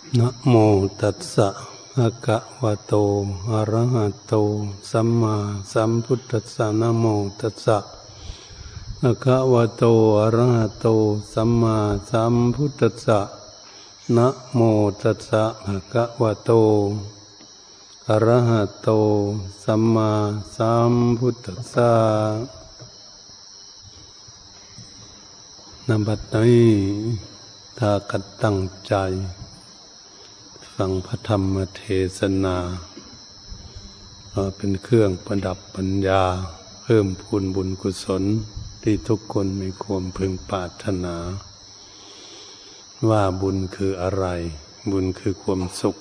นะโมตัสสะภะคะวะโตอะระหะโตสัมมาสัมพุทธัสสะนะโมตัสสะภะคะวะโตอะระหะโตสัมมาสัมพุทธัสสะนะโมตัสสะภะคะวะโตอะระหะโตสัมมาสัมพุทธัสสะณ บัดนี้ถ้ากันตั้งใจฟังพระธรรมเทศนาเป็นเครื่องประดับปัญญาเพิ่มพูนบุญกุศลที่ทุกคนมีความพึงปรารถนาว่าบุญคืออะไรบุญคือความสุข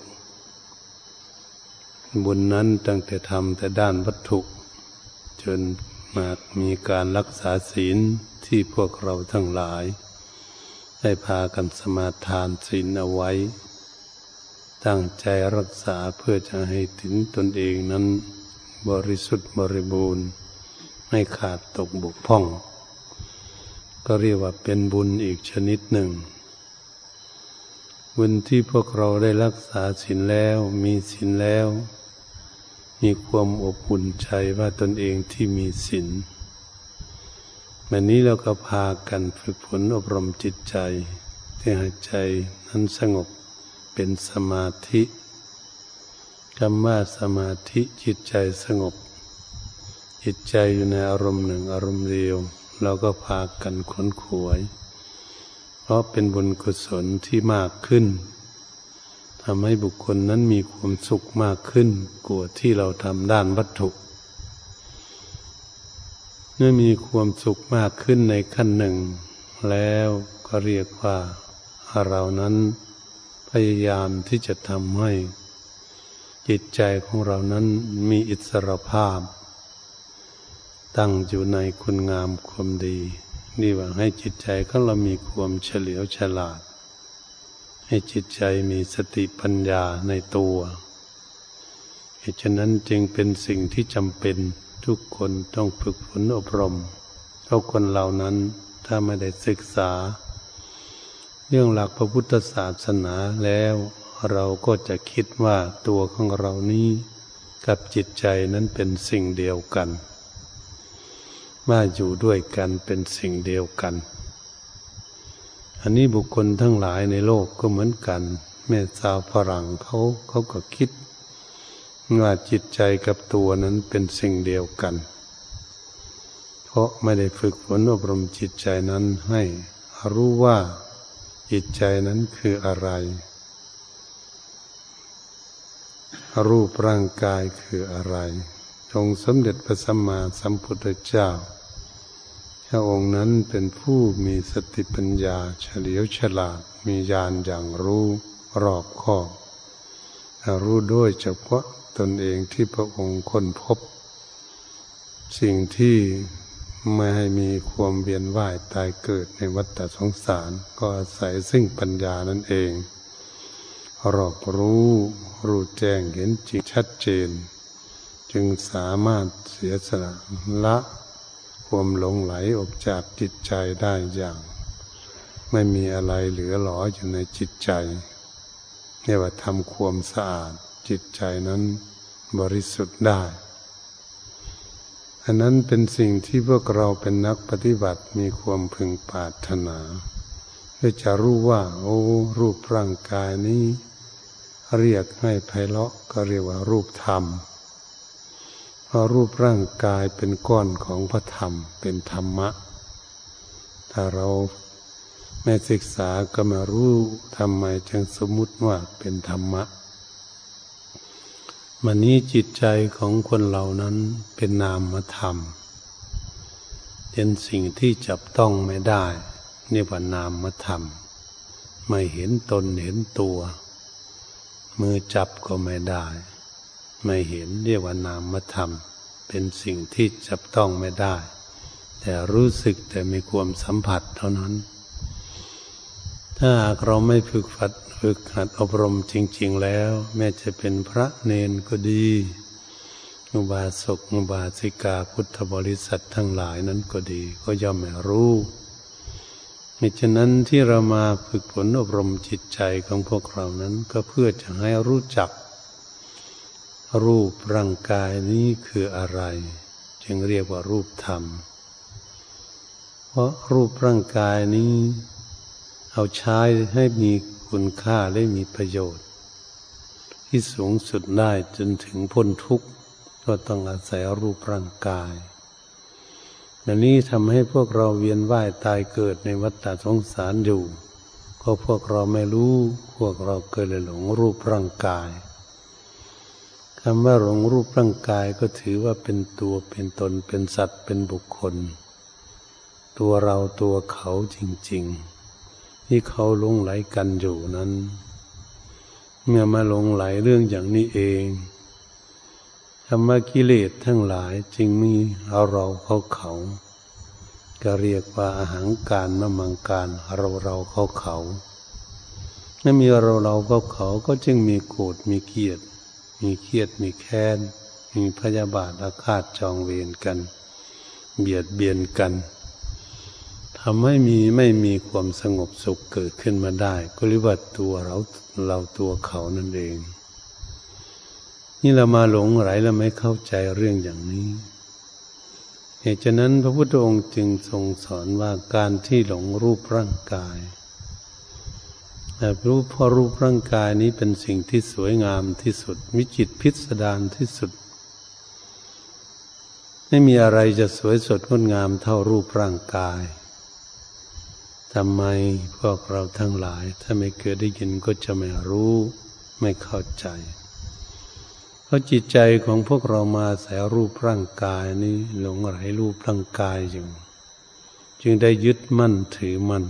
บุญนั้นตั้งแต่ทำแต่ด้านวัตถุจนมามีการรักษาศีลที่พวกเราทั้งหลายได้พากันสมาทานศีลเอาไว้ตั้งใจรักษาเพื่อจะให้ถึงตนเองนั้นบริสุทธิ์บริบูรณ์ไม่ขาดตกบกพร่องก็เรียกว่าเป็นบุญอีกชนิดหนึ่งบุญที่พวกเราได้รักษาศีลแล้วมีศีลแล้วมีความอบอุ่นใจว่าตนเองที่มีศีลวันนี้เราก็พากันฝึกฝนอบรมจิตใจที่ให้ใจนั้นสงบเป็นสมาธิคำว่าสมาธิจิตใจสงบจิตใจอยู่ในอารมณ์หนึ่งอารมณ์เดียวเราก็พากันค้นขวยเพราะเป็นบุญกุศลที่มากขึ้นทำให้บุคคลนั้นมีความสุขมากขึ้นกว่าที่เราทำด้านวัตถุเมื่อมีความสุขมากขึ้นในขั้นหนึ่งแล้วก็เรียกว่าเรานั้นพยายามที่จะทำให้จิตใจของเรานั้นมีอิสรภาพตั้งอยู่ในคุณงามความดีนี่ว่าให้จิตใจของเรามีความเฉลียวฉลาดให้จิตใจมีสติปัญญาในตัวเหตุฉะนั้นจึงเป็นสิ่งที่จำเป็นทุกคนต้องฝึกฝนอบรมเพราะคนเหล่านั้นถ้าไม่ได้ศึกษาเรื่องหลักพระพุทธศาสนาแล้วเราก็จะคิดว่าตัวของเรานี้กับจิตใจนั้นเป็นสิ่งเดียวกันว่าอยู่ด้วยกันเป็นสิ่งเดียวกันอันนี้บุคคลทั้งหลายในโลกก็เหมือนกันแม่ชาวฝรั่งเขาก็คิดว่าจิตใจกับตัวนั้นเป็นสิ่งเดียวกันเพราะไม่ได้ฝึกฝนอบรมจิตใจนั้นให้รู้ว่าจิตใจนั้นคืออะไรรูปร่างกายคืออะไรองค์สมเด็จพระสัมมาสัมพุทธเจ้าพระองค์นั้นเป็นผู้มีสติปัญญาเฉลียวฉลาดมีญาณอย่างรู้รอบคอบรู้ด้วยเฉพาะตนเองที่พระองค์ค้นพบสิ่งที่ไม่ให้มีความเวียนว่ายตายเกิดในวัฏสงสารก็อาศัยซึ่งปัญญานั่นเองรอบรู้แจ้งเห็นจริงชัดเจนจึงสามารถเสียสละละความหลงไหลออกจากจิตใจได้อย่างไม่มีอะไรเหลือหลออยู่ในจิตใจเรียกว่าทำความสะอาดจิตใจนั้นบริสุทธิ์ได้อันนั้นเป็นสิ่งที่พวกเราเป็นนักปฏิบัติมีความพึงปรารถนาเพื่อจะรู้ว่าโอ้รูปร่างกายนี้เรียกให้ไพเราะก็เรียกว่ารูปธรรมเพราะรูปร่างกายเป็นก้อนของพระธรรมเป็นธรรมะถ้าเราไม่ศึกษาก็ไม่รู้ทำไมจึงสมมุติว่าเป็นธรรมะวันนี้จิตใจของคนเหล่านั้นเป็นนามธรรมเป็นสิ่งที่จับต้องไม่ได้นี่ว่านามธรรมไม่เห็นตนเห็นตัวมือจับก็ไม่ได้ไม่เห็นเรียกว่านามธรรมเป็นสิ่งที่จับต้องไม่ได้แต่รู้สึกแต่มีความสัมผัสเท่านั้นถ้าหากเราไม่ฝึกหัดอบรมจริงๆแล้วแม้จะเป็นพระเนนก็ดีอุบาสกอุบาสิกาพุทธบริษัททั้งหลายนั้นก็ดีก็ย่อมไม่รู้เหตุฉะนั้นที่เรามาฝึกฝนอบรมจิตใจของพวกเรานั้นก็เพื่อจะให้รู้จักรูปร่างกายนี้คืออะไรจึงเรียกว่ารูปธรรมเพราะรูปร่างกายนี้เอาใช้ให้มีคุณค่าและมีประโยชน์ที่สูงสุดได้จนถึงพ้นทุกข์ก็ต้องอาศัยรูปร่างกายดังนี้ทำให้พวกเราเวียนว่ายตายเกิดในวัฏสงสารอยู่ก็พวกเราไม่รู้พวกเราเกิดเลยหลงรูปร่างกายคำว่าหลงรูปร่างกายก็ถือว่าเป็นตัวเป็นตนเป็นสัตว์เป็นบุคคลตัวเราตัวเขาจริงๆที่เขาหลงไหลกันอยู่นั้นเมื่อมาหลงไหลเรื่องอย่างนี้เองธรรมกิเลสทั้งหลายจึงมีเอาเราเขาก็เรียกว่าอาหังการมมังการเราเขาเมื่อมีเราเขาก็จึงมีโกรธมีเกลียดมีแค้นมีพยาบาทอาฆาตจองเวรกันเบียดเบียนกันทำให้ไม่มีความสงบสุขเกิดขึ้นมาได้ก็เรียกว่าตัวเราตัวเขานั่นเองนี่เรามาหลงไหลเราไม่เข้าใจเรื่องอย่างนี้เหตุฉะนั้นพระพุทธองค์จึงทรงสอนว่าการที่หลงรูปร่างกายเพราะรูปร่างกายนี้เป็นสิ่งที่สวยงามที่สุดวิจิตรพิสดารที่สุดไม่มีอะไรจะสวยสดงดงามเท่ารูปร่างกายทำไมพวกเราทั้งหลายถ้าไม่เคยได้ยินก็จะไม่รู้ไม่เข้าใจเพราะจิตใจของพวกเรามาใส่รูปร่างกายนี้หลงไหลรูปร่างกายอยู่จึงได้ยึดมั่นถือมั่น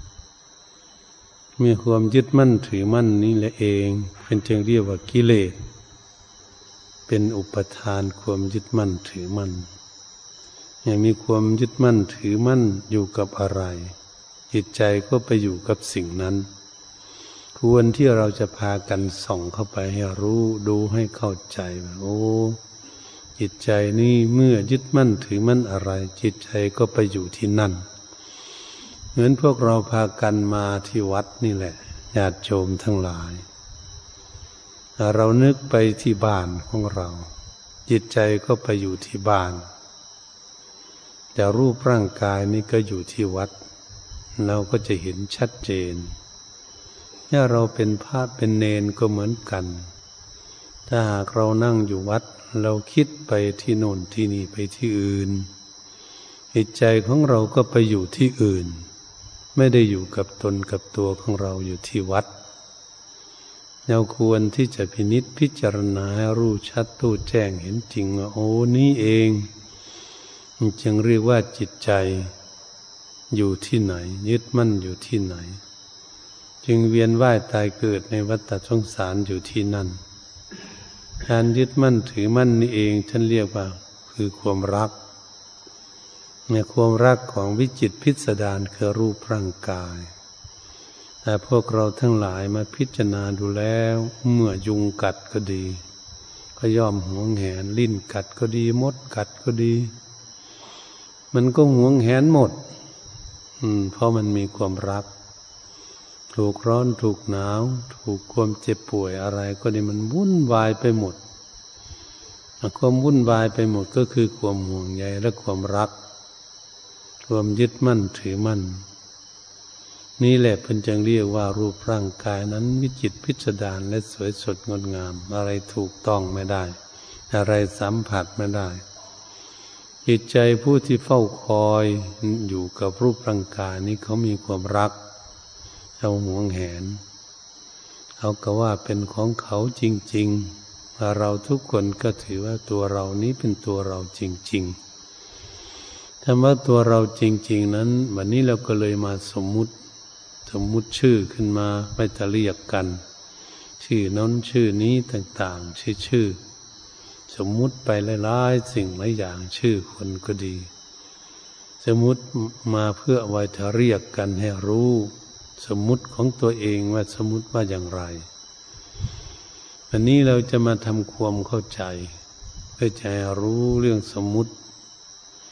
มีความยึดมั่นถือมั่นนี้แหละเองเป็นจึงเรียกว่ากิเลสเป็นอุปทานความยึดมั่นถือมั่นยังมีความยึดมั่นถือมั่นอยู่กับอะไรจิตใจก็ไปอยู่กับสิ่งนั้นควรที่เราจะพากันส่องเข้าไปให้รู้ดูให้เข้าใจว่าโอ้จิตใจนี่เมื่อยึดมั่นถือมั่นอะไรจิตใจก็ไปอยู่ที่นั่นเหมือนพวกเราพากันมาที่วัดนี่แหละญาติโยมทั้งหลายเรานึกไปที่บ้านของเราจิตใจก็ไปอยู่ที่บ้านแต่รูปร่างกายนี่ก็อยู่ที่วัดเราก็จะเห็นชัดเจนถ้าเราเป็นพระเป็นเณรก็เหมือนกันถ้าหากเรานั่งอยู่วัดเราคิดไปที่โน่นที่นี่ไปที่อื่นจิตใจของเราก็ไปอยู่ที่อื่นไม่ได้อยู่กับตนกับตัวของเราอยู่ที่วัดเราควรที่จะพินิจพิจารณาให้รู้ชัดตู้แจ้งเห็นจริงว่าโอ้นี่เองจึงเรียกว่าจิตใจอยู่ที่ไหนยึดมั่นอยู่ที่ไหนจึงเวียนว่ายตายเกิดในวัฏสงสารอยู่ที่นั่นการยึดมั่นถือมั่นนี่เองท่านเรียกว่าคือความรักในความรักของวิจิตรพิสดารคือรูปร่างกายแต่พวกเราทั้งหลายมาพิจารณาดูแล้วเมื่อยุงกัดก็ดีก็ย่อมหวงแหนลิ้นกัดก็ดีมดกัดก็ดีมันก็หวงแหนหมดเพราะมันมีความรักถูกร้อนถูกหนาวถูกความเจ็บป่วยอะไรก็ดีมันวุ่นวายไปหมดความวุ่นวายไปหมดก็คือความห่วงใยและความรักความยึดมั่นถือมั่นนี่แหละเพิ่นจึงเรียกว่ารูปร่างกายนั้นวิจิตรพิสดารและสวยสดงดงามอะไรถูกต้องไม่ได้อะไรสัมผัสไม่ได้จิตใจผู้ที่เฝ้าคอยอยู่กับรูปร่างกายนี้เขามีความรักเขาหวงแหนเขาก็ว่าเป็นของเขาจริงๆเราทุกคนก็ถือว่าตัวเรานี้เป็นตัวเราจริงๆธรรมะตัวเราจริงๆนั้นวันนี้เราก็เลยมาสมมุติชื่อขึ้นมาไม่จะเรียกกันชื่อนั้นชื่อนี้ต่างๆชื่อสมมุติไปหลายๆสิ่งหลายอย่างชื่อคนก็ดีสมมุติมาเพื่อไว้จะเรียกกันให้รู้สมมุติของตัวเองว่าสมมุติว่าอย่างไรวันนี้เราจะมาทำความเข้าใจเพื่อจะรู้เรื่องสมมุติ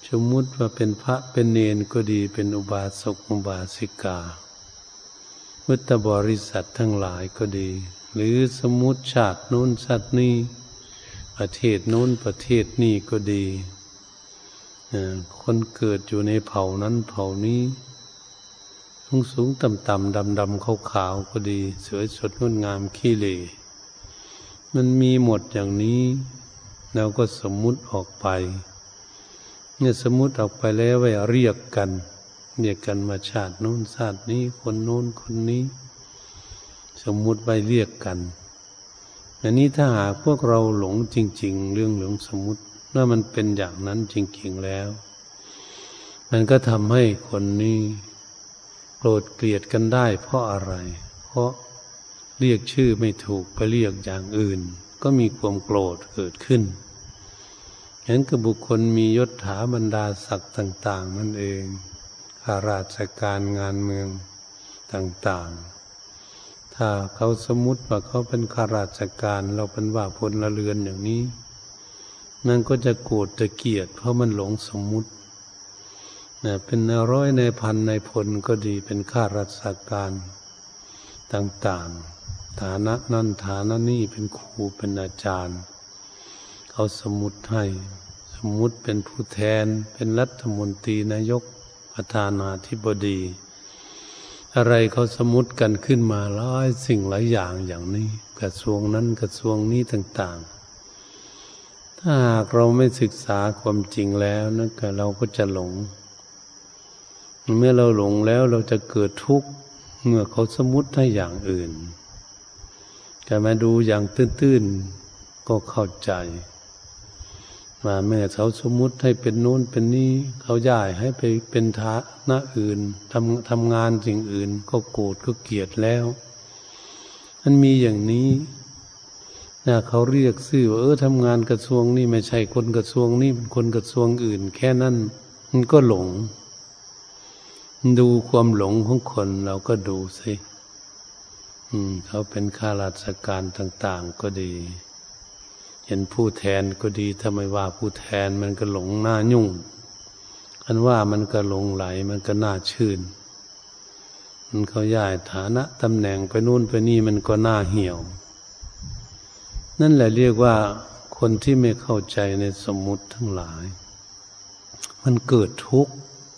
สมมุติว่าเป็นพระเป็นเณรก็ดีเป็นอุบาสกอุบาสิกาพุทธบริษัททั้งหลายก็ดีหรือสมมุติชาติโน้นชาตินี้ประเทศโน้นประเทศนี้ก็ดีคนเกิดอยู่ในเผ่านั้นเผ่านี้สูงต่ำดำขาวก็ดีสวยสดงดงามขี้เหร่มันมีหมดอย่างนี้เราก็สมมุติออกไปเนี่ยสมมุติออกไปแล้วไว้เรียกกันมาชาติโน้นชาตินี้คนโน้นคนนี้สมมุติไปเรียกกันอันนี้ถ้าหากพวกเราหลงจริงๆเรื่องหลงสมมุติว่ามันเป็นอย่างนั้นจริงๆแล้วมันก็ทำให้คนนี้โกรธเกลียดกันได้เพราะอะไรเพราะเรียกชื่อไม่ถูกไปเรียกอย่างอื่นก็มีความโกรธเกิดขึ้นฉะนั้นก็บุคคลมียศถาบรรดาศักดิ์ต่างๆนั่นเองข้าราชการงานเมืองต่างๆถ้าเขาสมมุติว่าเขาเป็นข้าราชการเราเป็นว่าพลเรือนอย่างนี้นั่นก็จะโกรธจะเกลียดเพราะมันหลงสมมุติเป็นนายร้อยนายพันนายพลก็ดีเป็นข้าราชการต่างๆฐานะนั่นฐานะนี่เป็นครูเป็นอาจารย์เขาสมมุติให้สมมุติเป็นผู้แทนเป็นรัฐมนตรีนายกประธานาธิบดีอะไรเขาสมมุติกันขึ้นมาหลายสิ่งหลายอย่างอย่างนี้กระทรวงนั้นกระทรวงนี้ต่างๆถ้าหากเราไม่ศึกษาความจริงแล้วนั่นก็เราก็จะหลงเมื่อเราหลงแล้วเราจะเกิดทุกข์เมื่อเขาสมมุติให้อย่างอื่นแต่มาดูอย่างตื้นๆก็เข้าใจว่าแม่เขาสมมุติให้เป็นโน้นเป็นนี้เขาย้ายให้ไปเป็นฐานะอื่นทำงานสิ่งอื่นก็โกรธก็เกลียดแล้วมันมีอย่างนี้เขาเรียกชื่อว่าทำงานกระทรวงนี้ไม่ใช่คนกระทรวงนี้เป็นคนกระทรวงอื่นแค่นั้นมันก็หลงดูความหลงของคนเราก็ดูสิเขาเป็นข้าราชการต่างๆก็ดีเห็นผู้แทนก็ดีถ้าไม่ว่าผู้แทนมันก็หลงหน้ายุ่งอันว่ามันก็หลงไหลมันก็น่าชื่นมันเขาย้ายฐานะตำแหน่งไปนู่นไปนี่มันก็น่าเหี่ยวนั่นแหละเรียกว่าคนที่ไม่เข้าใจในสมมุติทั้งหลายมันเกิดทุกข์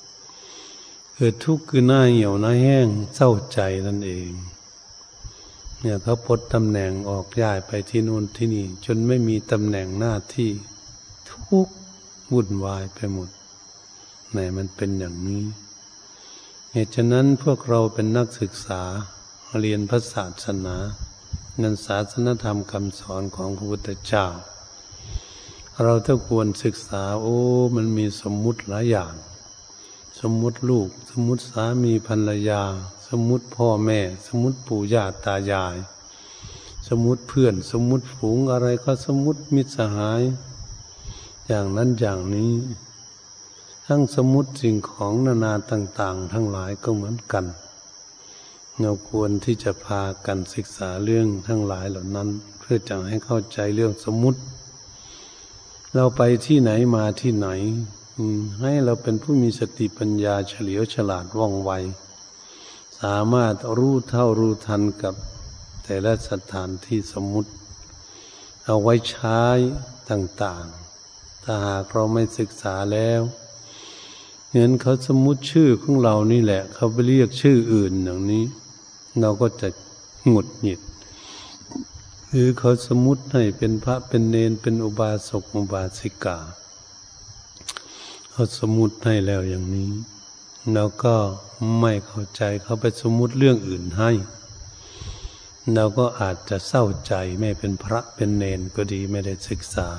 คือหน้าเหี่ยวหน้าแห้งเศร้าใจนั่นเองเนี่ยเขาปลดตำแหน่งออกย้ายไปที่นู่นที่นี่จนไม่มีตำแหน่งหน้าที่ทุกข์วุ่นวายไปหมดไหนมันเป็นอย่างนี้เหตุฉะนั้นพวกเราเป็นนักศึกษาเรียนพระศาสนาเงินศาสนธรรมคำสอนของพระพุทธเจ้าเราต้องควรศึกษามันมีสมมุติหลายอย่างสมมุติลูกสมมุติสามีภรรยาสมมุติพ่อแม่สมมุติปู่ย่าตายายสมมุติเพื่อนสมมุติฝูงอะไรก็สมมุติมิตรสหายอย่างนั้นอย่างนี้ทั้งสมมุติสิ่งของนานาต่างๆทั้งหลายก็เหมือนกันเราควรที่จะพากันศึกษาเรื่องทั้งหลายเหล่านั้นเพื่อจะให้เข้าใจเรื่องสมมุติเราไปที่ไหนมาที่ไหนให้เราเป็นผู้มีสติปัญญาเฉลียวฉลาดว่องไวสามารถรู้เท่ารู้ทันกับแต่ละสถานที่สมมุติเอาไว้ใช้ต่างๆถ้าหากเราไม่ศึกษาแล้วเห็นเขาสมมุติชื่อของเรานี่แหละเขาไปเรียกชื่ออื่นอย่างนี้เราก็จะหงุดหงิดหรือเขาสมมุติให้เป็นพระเป็นเณรเป็นอุบาสกอุบาสิกาเขาสมมุติให้แล้วอย่างนี้เราก็ไม่เข้าใจเขาไปสมมุติเรื่องอื่นให้เราก็อาจจะเศร้าใจไม่เป็นพระเป็นเณรก็ดีไม่ได้ศึกษา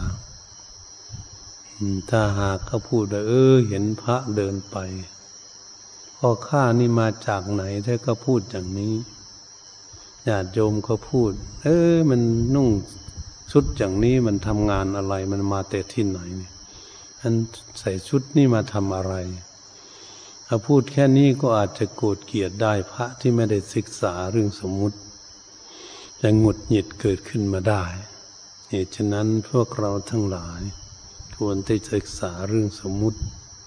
ถ้าหากเขาพูดว่าเห็นพระเดินไปพ่อข้านี่มาจากไหนถ้าก็พูดอย่างนี้ญาติโยมเขาพูดมันนุ่งชุดอย่างนี้มันทำงานอะไรมันมาแต่ที่ไหนนี่อันใส่ชุดนี่มาทำอะไรถ้าพูดแค่นี้ก็อาจจะโกรธเกลียดได้พระที่ไม่ได้ศึกษาเรื่องสมมุติจะหงุดหงิดเกิดขึ้นมาได้เหตุฉะนั้นพวกเราทั้งหลายควรที่จะศึกษาเรื่องสมมุติ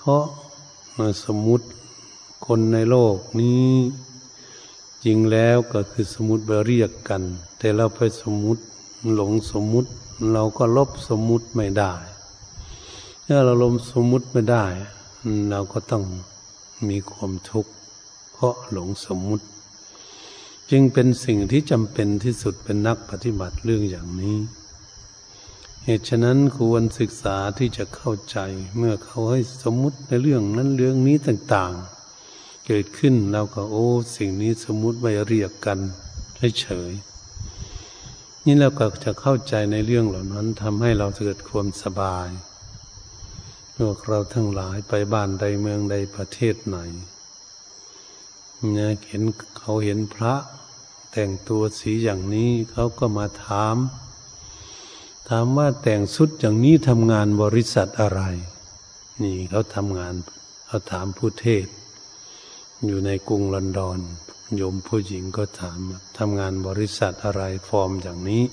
เพราะสมมุติคนในโลกนี้จริงแล้วก็คือสมมุติเรียกกันแต่เราไปสมมุติหลงสมมุติเราก็ลบสมมุติไม่ได้เมื่อเราลบสมมุติไม่ได้เราก็ต้องมีความทุกข์เพราะหลงสมมุติจึงเป็นสิ่งที่จำเป็นที่สุดเป็นนักปฏิบัติเรื่องอย่างนี้เหตุฉะนั้นควรศึกษาที่จะเข้าใจเมื่อเขาให้สมมุติในเรื่องนั้นเรื่องนี้ต่างๆเกิดขึ้นเราก็โอ้สิ่งนี้สมมุติไว้เรียกกันเฉยๆนี่เราก็จะเข้าใจในเรื่องเหล่านั้นทำให้เราเกิดความสบายพวกเราทั้งหลายไปบ้านใดเมืองใดประเทศไหนเนี่ยเขาเห็นพระแต่งตัวสีอย่างนี้เขาก็มาถามว่าแต่งชุดอย่างนี้ทำงานบริษัทอะไรนี่เขาทำงานเขาถามผู้เทศอยู่ในกรุงลอนดอนโยมผู้หญิงก็ถามทำงานบริษัทอะไรฟอร์มอย่างนี้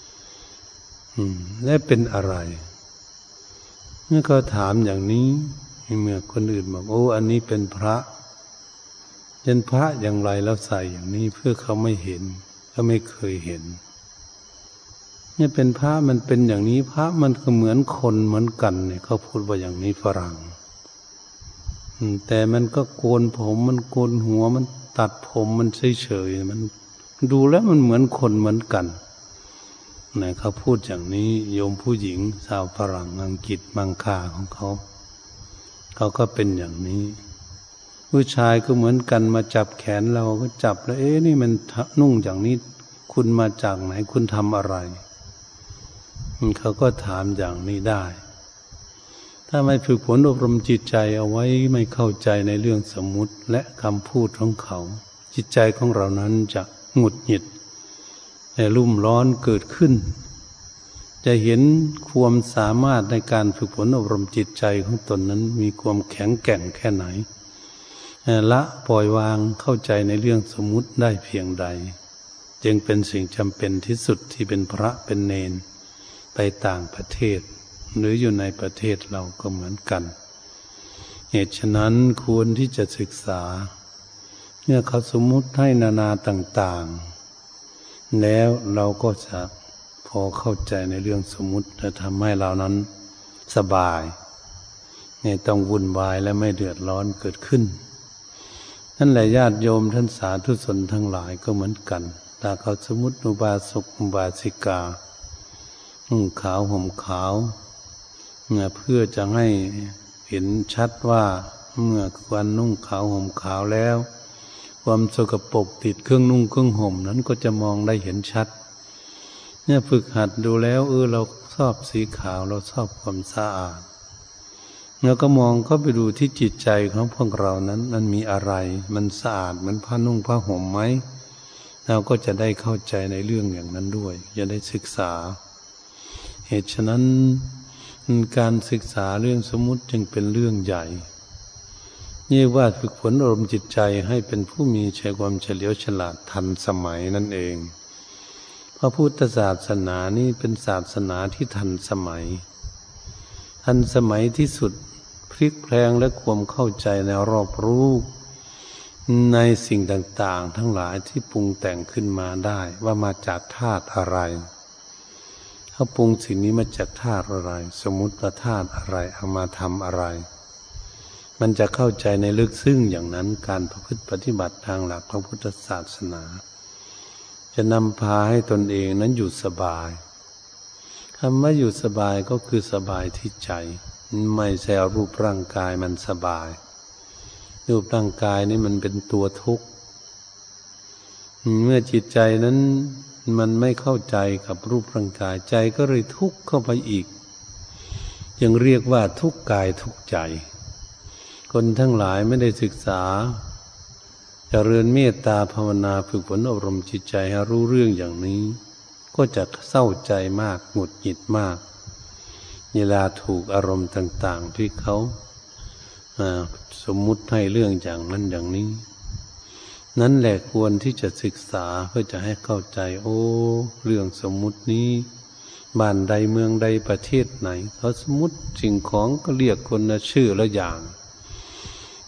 และเป็นอะไรเมื่อเขาถามอย่างนี้เมื่อคนอื่นบอกโอ้อันนี้เป็นพระเป็นพระอย่างไรแล้วใส่อย่างนี้เพื่อเขาไม่เห็นเขาไม่เคยเห็นเนี่ยเป็นพระมันเป็นอย่างนี้พระมันก็เหมือนคนเหมือนกันเนี่ยเขาพูดว่าอย่างนี้ฝรั่งแต่มันก็โกนผมมันโกนหัวมันตัดผมมันเฉยๆมันดูแล้วมันเหมือนคนเหมือนกันเนี่ยเขาพูดอย่างนี้โยมผู้หญิงชาวฝรั่งอังกฤษมังค่าของเขาก็เป็นอย่างนี้ผู้ชายก็เหมือนกันมาจับแขนเราก็จับแล้วนี่มันนุ่งอย่างนี้คุณมาจากไหนคุณทำอะไรเขาก็ถามอย่างนี้ได้ถ้าไม่ฝึกฝนอบรมจิตใจเอาไว้ไม่เข้าใจในเรื่องสมมุติและคำพูดของเขาจิตใจของเรานั้นจะหงุดหงิดรุ่มร้อนเกิดขึ้นจะเห็นความสามารถในการฝึกฝนอบรมจิตใจของตนนั้นมีความแข็งแกร่งแค่ไหนละปล่อยวางเข้าใจในเรื่องสมมุติได้เพียงใดจึงเป็นสิ่งจำเป็นที่สุดที่เป็นพระเป็นเณรไปต่างประเทศหรืออยู่ในประเทศเราก็เหมือนกันเหตุฉะนั้นควรที่จะศึกษาเมื่อเขาสมมุติให้นานาต่างๆแล้วเราก็จะพอเข้าใจในเรื่องสมมุติจะทำให้เรานั้นสบายไม่ต้องวุ่นวายและไม่เดือดร้อนเกิดขึ้นนั่นแหละญาติโยมท่านสาธุชนทั้งหลายก็เหมือนกันถ้าเขาสมมุติอุบาสกอุบาสิกานุ่งขาวห่มขาวเพื่อจะให้เห็นชัดว่าเมื่อวันนุ่งขาวห่มขาวแล้วความสกปรกติดเครื่องนุ่งเครื่องห่มนั้นก็จะมองได้เห็นชัดเนี่ยฝึกหัดดูแล้วเราชอบสีขาวเราชอบความสะอาดแล้วก็มองเข้าไปดูที่จิตใจของพวกเรานั้นมันมีอะไรมันสะอาดเหมือนผ้านุ่งผ้าห่มไหมเราก็จะได้เข้าใจในเรื่องอย่างนั้นด้วยจะได้ศึกษาเหตุฉะนั้นการศึกษาเรื่องสมมุติจึงเป็นเรื่องใหญ่นี่ว่าฝึกฝนอารมณ์จิตใจให้เป็นผู้มีความเฉลียวฉลาดทันสมัยนั่นเองพระพุทธศาสนานี่เป็นศาสนาที่ทันสมัยที่สุดพลิกแพลงและความเข้าใจในรอบรู้ในสิ่งต่างๆทั้งหลายที่ปรุงแต่งขึ้นมาได้ว่ามาจากธาตุอะไรเขาปรุงสิ่งนี้มาจากธาตุอะไรสมมุติว่าธาตุอะไรเอามาทำอะไรมันจะเข้าใจในลึกซึ้งอย่างนั้นการประพฤติปฏิบัติทางหลักพระพุทธศาสนาจะนำพาให้ตนเองนั้นอยู่สบายคำว่าอยู่สบายก็คือสบายที่ใจไม่ใช่รูปร่างกายมันสบายรูปร่างกายนี่มันเป็นตัวทุกข์เมื่อจิตใจนั้นมันไม่เข้าใจกับรูปร่างกายใจก็เลยทุกข์เข้าไปอีกยังเรียกว่าทุกข์กายทุกข์ใจคนทั้งหลายไม่ได้ศึกษาเจริญเมตตาภาวนาฝึกฝนอบรมจิตใจให้รู้เรื่องอย่างนี้ก็จะเศร้าใจมากหงุดหงิดมากเวลาถูกอารมณ์ต่างๆที่เขาสมมุติให้เรื่องอย่างนั้นอย่างนี้นั่นแหละควรที่จะศึกษาเพื่อจะให้เข้าใจเรื่องสมมุตินี้บ้านใดเมืองใดประเทศไหนเขาสมมุติสิ่งของก็เรียกคนละชื่อละอย่าง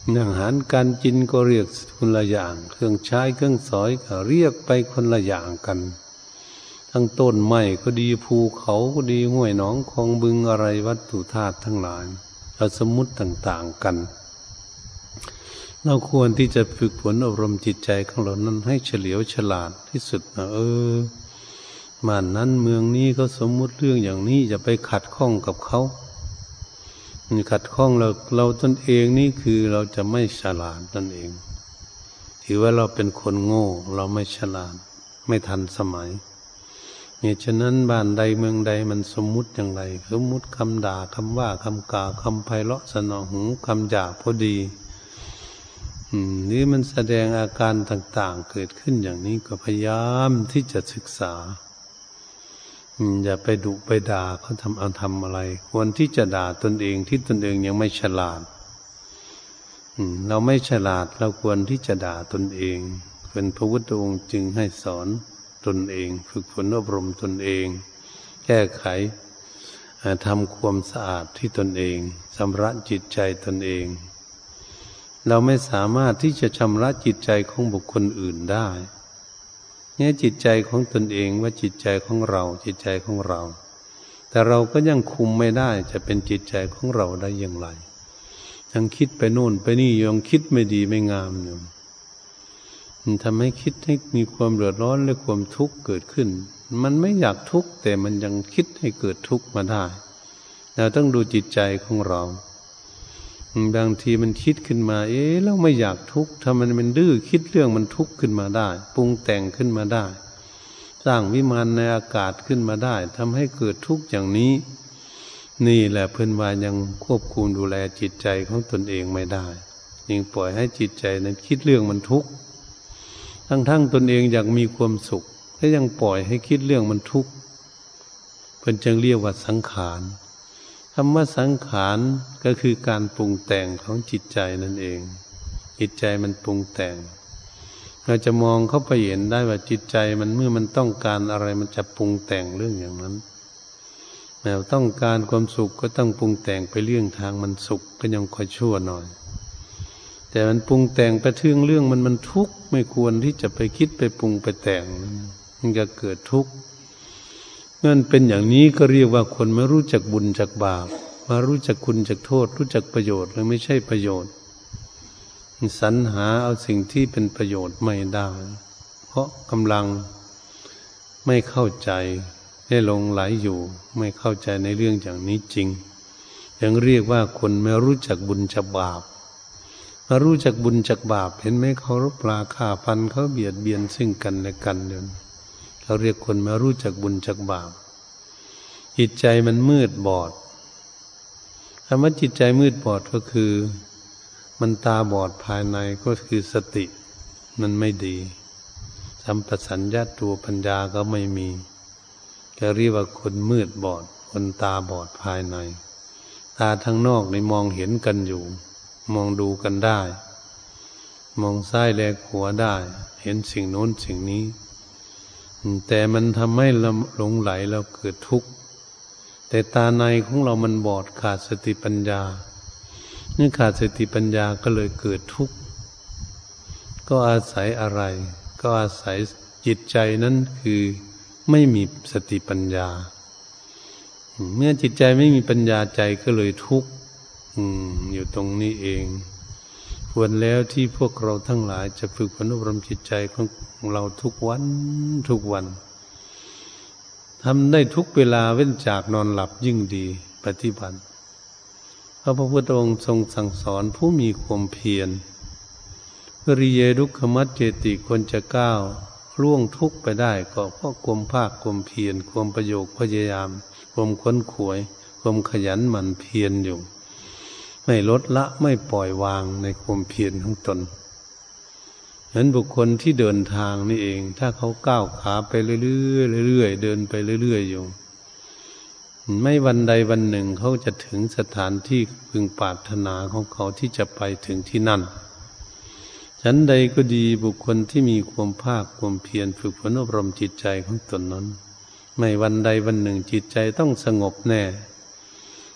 อาหารการกินก็เรียกคนละอย่างเครื่องใช้เครื่องสอยก็เรียกไปคนละอย่างกันทั้งต้นไม้ก็ดีภูเขาก็ดีห้วยหนองคลองบึงอะไรวัตถุธาตุทั้งหลายเราสมมุติต่างๆกันเราควรที่จะฝึกฝนอบรมจิตใจของเรานั้นให้เฉลียวฉลาดที่สุดนะบ้านนั้นเมืองนี้เขาสมมุติเรื่องอย่างนี้อย่าไปขัดข้องกับเขาขัดข้องเราตนเองนี่คือเราจะไม่ฉลาดนั่นเองถือว่าเราเป็นคนโง่เราไม่ฉลาดไม่ทันสมัยเนี่ยฉะนั้นบ้านใดเมืองใดมันสมมุติอย่างไรสมมุติคำด่าคำว่าคำกล่าวคำไพเราะสนอหูคำหยาบพอดีนี่มันแสดงอาการต่างๆเกิดขึ้นอย่างนี้ก็พยายามที่จะศึกษาอย่าไปดุไปด่าเขาทำอะไรควรที่จะด่าตนเองที่ตนเองยังไม่ฉลาดเราไม่ฉลาดเราควรที่จะด่าตนเองเป็นพระพุทธองค์จึงให้สอนตนเองฝึกฝนอบรมตนเองแก้ไขทำความสะอาดที่ตนเองชำระจิตใจตนเองเราไม่สามารถที่จะชำระจิตใจของบุคคลอื่นได้เนี่ยจิตใจของตนเองว่าจิตใจของเราจิตใจของเราแต่เราก็ยังคุมไม่ได้จะเป็นจิตใจของเราได้อย่างไรยังคิดไปโน่นไปนี่ยังคิดไม่ดีไม่งามอยู่มันทำให้คิดให้มีความเดือดร้อนและความทุกข์เกิดขึ้นมันไม่อยากทุกข์แต่มันยังคิดให้เกิดทุกข์มาได้เราต้องดูจิตใจของเราบางทีมันคิดขึ้นมาเราไม่อยากทุกข์ทำมันดื้อคิดเรื่องมันทุกข์ขึ้นมาได้ปรุงแต่งขึ้นมาได้สร้างวิมานในอากาศขึ้นมาได้ทำให้เกิดทุกข์อย่างนี้นี่แหละเพิ่นว่ายังควบคุมดูแลจิตใจของตนเองไม่ได้ยังปล่อยให้จิตใจนั้นคิดเรื่องมันทุกข์ทั้งตนเองอยากมีความสุขและยังปล่อยให้คิดเรื่องมันทุกข์เพิ่นจึงเรียกว่าสังขารคำว่าสังขารก็คือการปรุงแต่งของจิตใจนั่นเองจิตใจมันปรุงแต่งเราจะมองเข้าไปเห็นได้ว่าจิตใจมันเมื่อมันต้องการอะไรมันจะปรุงแต่งเรื่องอย่างนั้นเราต้องการความสุขก็ต้องปรุงแต่งไปเรื่องทางมันสุขก็ยังค่อยชั่วหน่อยแต่มันปรุงแต่งไปถึงเรื่องมันทุกข์ไม่ควรที่จะไปคิดไปปรุงไปแต่งมันจะเกิดทุกข์เมื่อเป็นอย่างนี้ก็เรียกว่าคนไม่รู้จักบุญจักบาปมารู้จักคุณจักโทษรู้จักประโยชน์หรือไม่ใช่ประโยชน์สรรหาเอาสิ่งที่เป็นประโยชน์ไม่ได้เพราะกำลังไม่เข้าใจได้หลงไหลอยู่ไม่เข้าใจในเรื่องอย่างนี้จริงยังเรียกว่าคนไม่รู้จักบุญจักบาปมารู้จักบุญจักบาปเห็นไหมเขารบราฆ่าฟันเขาเบียดเบียนซึ่งกันและกันเดินเขาเรียกคนมารู้จักบุญจักบาปจิตใจมันมืดบอดคำว่าจิตใจมืดบอดก็คือมันตาบอดภายในก็คือสติมันไม่ดีสัมปชัญญะตัวปัญญาก็ไม่มีก็เรียกว่าคนมืดบอดคนตาบอดภายในตาทางนอกนี่มองเห็นกันอยู่มองดูกันได้มองซ้ายแลขวาได้เห็นสิ่งโน้นสิ่งนี้แต่มันทำให้เราหลงไหลเราเกิดทุกข์แต่ตาในของเรามันบอดขาดสติปัญญาเมื่อขาดสติปัญญาก็เลยเกิดทุกข์ก็อาศัยอะไรก็อาศัยจิตใจนั้นคือไม่มีสติปัญญาเมื่อจิตใจไม่มีปัญญาใจก็เลยทุกข์อยู่ตรงนี้เองควรแล้วที่พวกเราทั้งหลายจะฝึกฝนอบรมจิตใจของเราทุกวันทำได้ทุกเวลาเว้นจากนอนหลับยิ่งดีปฏิบัติพระพุทธองค์ทรงสั่งสอนผู้มีความเพียรปริเยดุขมัจเจติคนจะก้าวล่วงทุกข์ไปได้ก็เพราะความภาคความเพียรความประโยคพยายามความค้นขวยความขยันหมั่นเพียรอยู่ไม่ลดละไม่ปล่อยวางในความเพียรของตนเห็นบุคคลที่เดินทางนี่เองถ้าเขาก้าวขาไปเรื่อยๆเดินไปเรื่อยๆอยู่ไม่วันใดวันหนึ่งเขาจะถึงสถานที่พึงปรารถนาของเขาที่จะไปถึงที่นั่นฉันใดก็ดีบุคคลที่มีความภาคความเพียรฝึกฝนอบรมจิตใจของตนนั้นไม่วันใดวันหนึ่งจิตใจต้องสงบแน่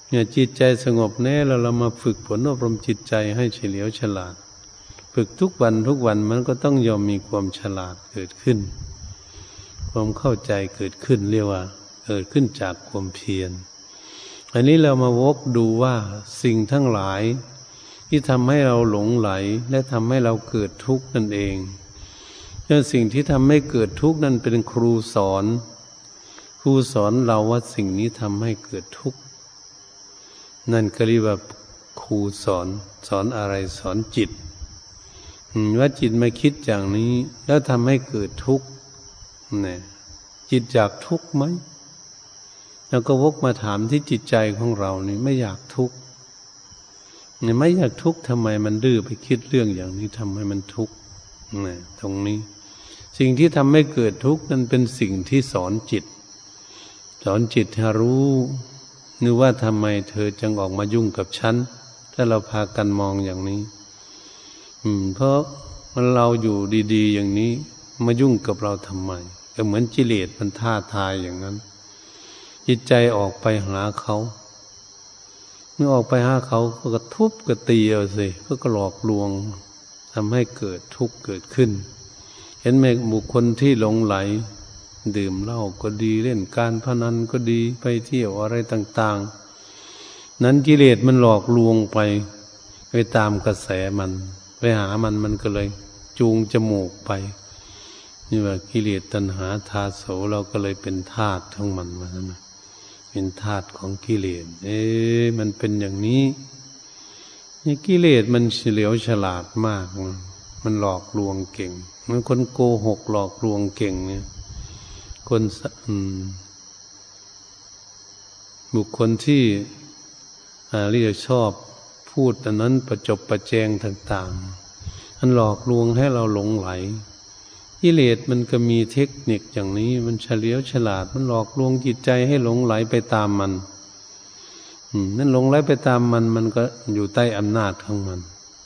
เนี่ยจิตใจสงบแน่แล้วเรามาฝึกฝนอบรมจิตใจให้เฉลียวฉลาดฝึกทุกวันมันก็ต้องยอมมีความฉลาดเกิดขึ้นความเข้าใจเกิดขึ้นเรียกว่าเกิดขึ้นจากความเพียรอันนี้เรามาวกดูว่าสิ่งทั้งหลายที่ทำให้เราหลงไหลและทำให้เราเกิดทุกข์นั่นเองสิ่งที่ทำให้เกิดทุกข์นั้นเป็นครูสอนเราว่าสิ่งนี้ทำให้เกิดทุกข์นั่นก็เรียกว่าครูสอนอะไรสอนจิตว่าจิตมาคิดอย่างนี้แล้วทำให้เกิดทุกข์เนี่ยจิตอยากทุกข์ไหมแล้วก็วกมาถามที่จิตใจของเรานี่ไม่อยากทุกข์เนี่ยไม่อยากทุกข์ทำไมมันดื้อไปคิดเรื่องอย่างนี้ทำให้มันทุกข์เนี่ยตรงนี้สิ่งที่ทำให้เกิดทุกข์นั้นเป็นสิ่งที่สอนจิตให้รู้นึกว่าทำไมเธอจึงออกมายุ่งกับฉันถ้าเราพากันมองอย่างนี้เพราะเราอยู่ดีๆอย่างนี้มายุ่งกับเราทำไมก็เหมือนกิเลสมันท้าทายอย่างนั้นจิตใจออกไปหาเขาเมื่อออกไปหาเขาก็กระทุบกระตีเอาสิก็หลอกลวงทำให้เกิดทุกข์เกิดขึ้นเห็นไหมบุคคลที่หลงไหลดื่มเหล้าก็ดีเล่นการพนันก็ดีไปเที่ยวอะไรต่างๆนั้นกิเลสมันหลอกลวงไปตามกระแสมันไปหามันก็เลยจูงจมูกไปนี่ว่ากิเลสตัณหาทาโสเราก็เลยเป็นทาสของมันว่าซั่นน่ะเป็นทาสของกิเลสมันเป็นอย่างนี้นี่กิเลสมันเฉลียวฉลาดมากมันหลอกลวงเก่งมันคนโกหกหลอกลวงเก่งเนี่ยคนบุคคลที่เรียกชอบพูดอันนั้นประจบประแจงต่างๆมันหลอกลวงให้เราหลงไหลกิเลสมันก็มีเทคนิคอย่างนี้มันเฉลียวฉลาดมันหลอกลวงจิตใจให้หลงไหลไปตามมันนั่นหลงไหลไปตามมันก็อยู่ใต้อำนาจของมัน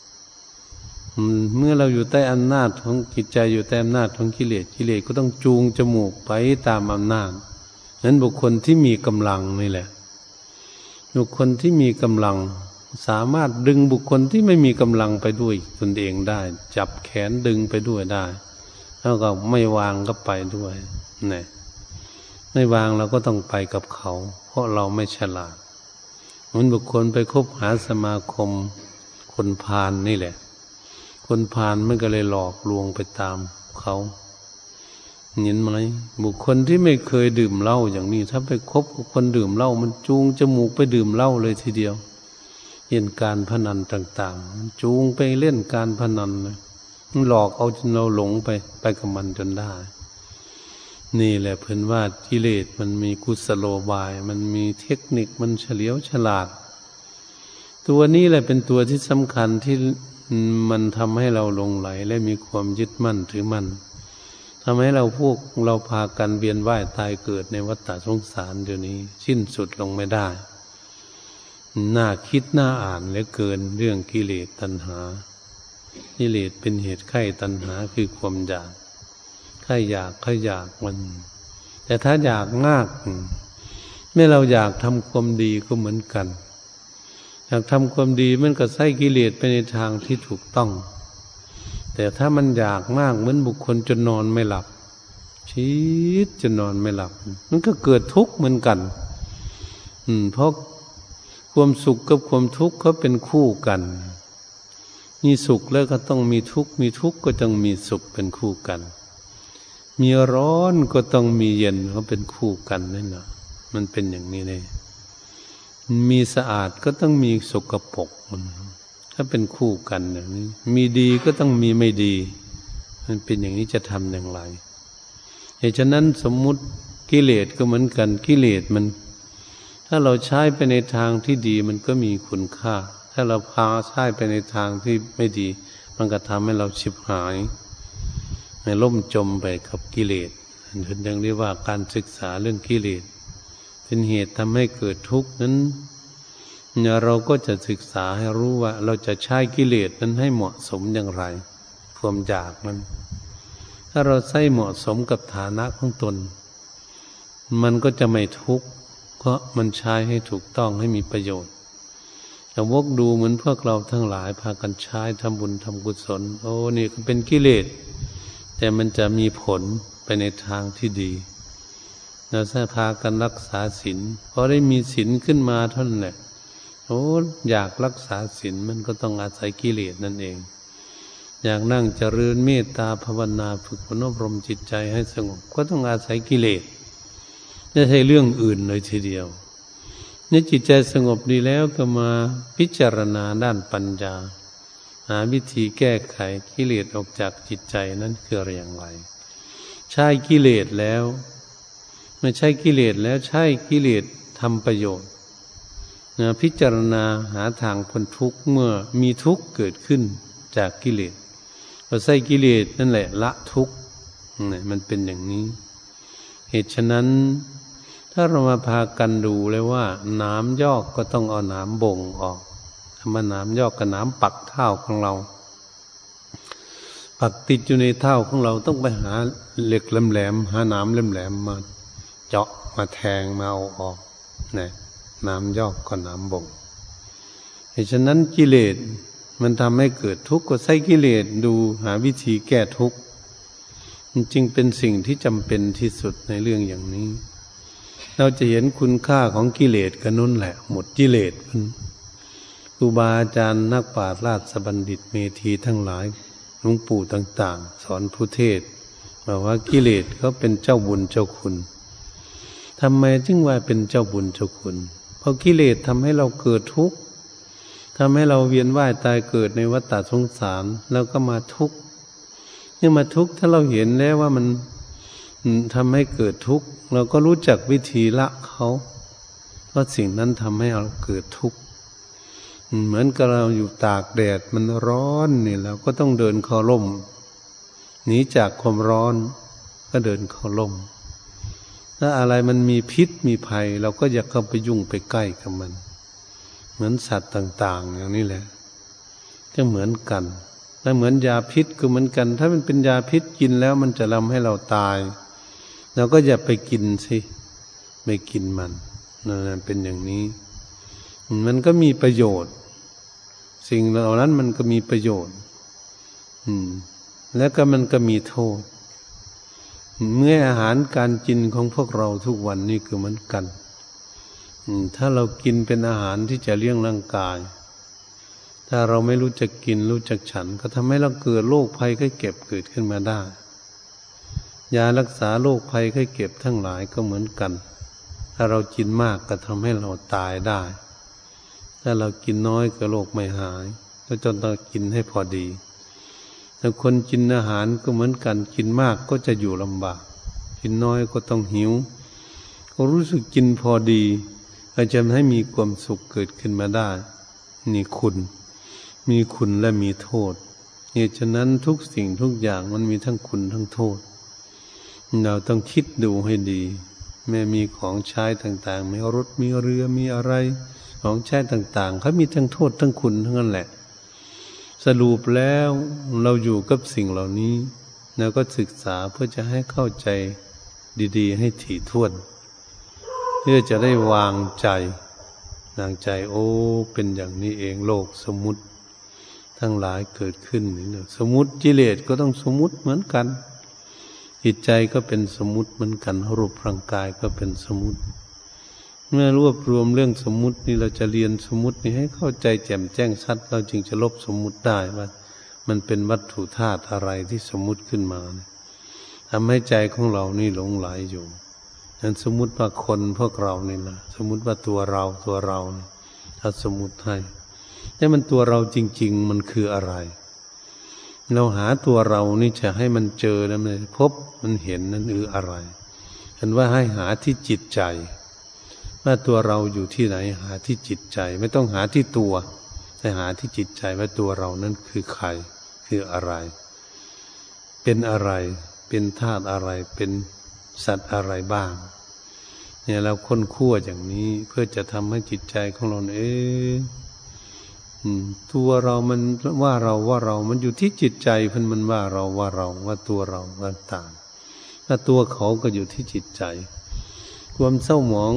เมื่อเราอยู่ใต้อำนาจของจิตใจอยู่ใต้อำนาจของกิเลสก็ต้องจูงจมูกไปตามอำนาจนั้นบุคคลที่มีกำลังนี่แหละบุคคลที่มีกำลังสามารถดึงบุคคลที่ไม่มีกำลังไปด้วยตนเองได้จับแขนดึงไปด้วยได้แล้วก็ไม่วางก็ไปด้วยเนี่ยไม่วางเราก็ต้องไปกับเขาเพราะเราไม่ฉลาดเหมือนบุคคลไปคบหาสมาคมคนพาลนี่แหละคนพาลมันก็เลยหลอกลวงไปตามเขาเห็นไหมบุคคลที่ไม่เคยดื่มเหล้าอย่างนี้ถ้าไปคบกับคนดื่มเหล้ามันจูงจมูกไปดื่มเหล้าเลยทีเดียวเล่นการพนันต่างๆมันจูงไปเล่นการพนันเลยมันหลอกเอาจนเราหลงไปกับมันจนได้นี่แหละเพิ่นว่ากิเลสมันมีกุศโลบายมันมีเทคนิคมันเฉลียวฉลาดตัวนี้แหละเป็นตัวที่สำคัญที่มันทำให้เราหลงไหลและมีความยึดมั่นถือมั่นทำให้เราพากันเวียนว่ายตายเกิดในวัฏฏะสงสารเดี๋ยวนี้สิ้นสุดลงไม่ได้น่าคิดน่าอ่านเหลือเกินเรื่องกิเลสตัณหากิเลสเป็นเหตุไข้ตัณหาคือความอยากใครอยากมันแต่ถ้าอยากมากเมื่อเราอยากทำความดีก็เหมือนกันอยากทำความดีมันก็ใส่กิเลสไปในทางที่ถูกต้องแต่ถ้ามันอยากมากเหมือนบุคคลจนนอนไม่หลับชีดจนนอนไม่หลับมันก็เกิดทุกข์เหมือนกันเพราะความสุขกับความทุกข์เขาเป็นคู่กันมีสุขแล้วก็ต้องมีทุกข์มีทุกข์ก็ต้องมีสุขเป็นคู่กันมีร้อนก็ต้องมีเย็นเขาเป็นคู่กันนั่นแหละมันเป็นอย่างนี้เลยมีสะอาดก็ต้องมีสกปรกถ้าเป็นคู่กันอย่างนี้มีดีก็ต้องมีไม่ดีมันเป็นอย่างนี้จะทำอย่างไรเหตุฉะนั้นสมมุติกิเลสก็เหมือนกันกิเลสมันถ้าเราใช้ไปในทางที่ดีมันก็มีคุณค่าถ้าเราพาใช้ไปในทางที่ไม่ดีมันก็ทำให้เราฉิบหายให้ล่มจมไปกับกิเลสถึงเรียกว่าการศึกษาเรื่องกิเลสเป็นเหตุทำให้เกิดทุกข์นั้นเราก็จะศึกษาให้รู้ว่าเราจะใช้กิเลสนั้นให้เหมาะสมอย่างไรความอยากนั้นถ้าเราใช้เหมาะสมกับฐานะของตนมันก็จะไม่ทุกข์เพราะมันใช้ให้ถูกต้องให้มีประโยชน์แต่วกดูเหมือนพวกเราทั้งหลายพากันใช้ทำบุญทำกุศลโอ้นี่ก็เป็นกิเลสแต่มันจะมีผลไปในทางที่ดีเราถ้าพากันรักษาศีลพอได้มีศีลขึ้นมาเท่านั้นแหละโอ้อยากรักษาศีลมันก็ต้องอาศัยกิเลสนั่นเองอยากนั่งเจริญเมตตาภาวนาฝึกฝนอบรมจิตใจให้สงบก็ต้องอาศัยกิเลสไม่ใช่เรื่องอื่นเลยทีเดียวเมื่อจิตใจสงบดีแล้วก็มาพิจารณาด้านปัญญาหาวิธีแก้ไขกิเลสออกจากจิตใจนั้นคืออะไรอย่างไรใช้กิเลสแล้วไม่ใช่กิเลสแล้วใช้กิเลสทำประโยชน์พิจารณาหาทางพ้นทุกข์เมื่อมีทุกข์เกิดขึ้นจากกิเลสเราใช้กิเลสนั่นแหละละทุกข์นี่มันเป็นอย่างนี้เหตุฉะนั้นถ้าเรามาพากันดูเลยว่าน้ำยอกก็ต้องเอาน้ำบ่งออกถ้ามาน้ำยอกกับน้ำปักเท้าของเราปักติดอยู่ในเท้าของเราต้องไปหาเหล็กแหลมๆหาน้ำแหลมๆมาเจาะมาแทงมาเอาออกนี่น้ำยอกกับน้ำบ่งเหตุฉะนั้นกิเลสมันทำให้เกิดทุกข์ก็ใช้กิเลสดูหาวิธีแก้ทุกข์มันจึงเป็นสิ่งที่จำเป็นที่สุดในเรื่องอย่างนี้เราจะเห็นคุณค่าของกิเลสกันนั่นแหละหมดกิเลสครูบาอาจารย์นักปราชญ์ราชบัณฑิตเมธีทั้งหลายหลวงปู่ต่างๆสอนผู้เทศบอกว่ากิเลสเขาเป็นเจ้าบุญเจ้าคุณทำไมจึงว่าเป็นเจ้าบุญเจ้าคุณเพราะกิเลสทำให้เราเกิดทุกข์ทำให้เราเวียนว่ายตายเกิดในวัฏสงสารแล้วก็มาทุกข์เมื่อมาทุกข์ถ้าเราเห็นแล้วว่ามันทำให้เกิดทุกข์เราก็รู้จักวิธีละเขาเพราะสิ่งนั้นทำให้เราเกิดทุกข์เหมือนกับเราอยู่ตากแดดมันร้อนนี่เราก็ต้องเดินเข้าร่มหนีจากความร้อนก็เดินเข้าร่มถ้าอะไรมันมีพิษมีภัยเราก็อย่าเข้าไปยุ่งไปใกล้กับมันเหมือนสัตว์ต่างๆอย่างนี้แหละก็เหมือนกันและเหมือนยาพิษก็เหมือนกันถ้ามันเป็นยาพิษกินแล้วมันจะทำให้เราตายเราก็อย่าไปกินสิไม่กินมันนั่นเป็นอย่างนี้มันก็มีประโยชน์สิ่งเหล่านั้นมันก็มีประโยชน์แล้วก็มันก็มีโทษเมื่ออาหารการกินของพวกเราทุกวันนี้คือเหมือนกันถ้าเรากินเป็นอาหารที่จะเลี้ยงร่างกายถ้าเราไม่รู้จักกินรู้จักฉันก็ทำให้เราเกิดโรคภัยไข้เจ็บเกิดขึ้นมาได้ยารักษาโรคภัยไข้เจ็บทั้งหลายก็เหมือนกันถ้าเรากินมากก็ทำให้เราตายได้ถ้าเรากินน้อยก็โรคไม่หายก็จนต้องกินให้พอดีแต่คนกินอาหารก็เหมือนกันกินมากก็จะอยู่ลำบากกินน้อยก็ต้องหิวก็รู้สึกกินพอดีอาจจะให้มีความสุขเกิดขึ้นมาได้นี่คุณมีคุณและมีโทษเหตุฉะนั้นทุกสิ่งทุกอย่างมันมีทั้งคุณทั้งโทษเราต้องคิดดูให้ดีแม้มีของใช้ต่างๆมีรถมีเรือมีอะไรของใช้ต่างๆเขามีทั้งโทษทั้งคุณทั้งนั้นแหละสรุปแล้วเราอยู่กับสิ่งเหล่านี้แล้วก็ศึกษาเพื่อจะให้เข้าใจดีๆให้ถี่ถ้วนเพื่อจะได้วางใจโอ้เป็นอย่างนี้เองโลกสมมุติทั้งหลายเกิดขึ้นนี่นะสมมุติกิเลสก็ต้องสมมุติเหมือนกันจิตใจก็เป็นสมมุติเหมือนกันรูปร่างกายก็เป็นสมมุติเมื่อรวบรวมเรื่องสมมุตินี่เราจะเรียนสมมุตินี้ให้เข้าใจแจ่มแจ้งชัดเราจึงจะลบสมมุติได้ว่ามันเป็นวัตถุธาตุอะไรที่สมมุติขึ้นมาทำให้ใจของเรานี่หลงไหลอยู่นั้นสมมุติว่าคนพวกเรานี่นะสมมุติว่าตัวเราถ้าสมมุติให้แต่มันตัวเราจริงๆมันคืออะไรเราหาตัวเรานี่จะให้มันเจอแล้วมันพบมันเห็นนั่นคืออะไรเห็นว่าให้หาที่จิตใจว่าตัวเราอยู่ที่ไหนหาที่จิตใจไม่ต้องหาที่ตัวแต่หาที่จิตใจว่าตัวเรานั้นคือใครคืออะไรเป็นอะไรเป็นธาตุอะไรเป็นสัตว์อะไรบ้างเนี่ยเราค้นคว้าอย่างนี้เพื่อจะทำให้จิตใจของเราตัวเรามันว่าเรามันอยู่ที่จิตใจเพิ่นมันว่าตัวเราต่างๆถ้าตัวเขาก็อยู่ที่จิตใจความเศร้าหมอง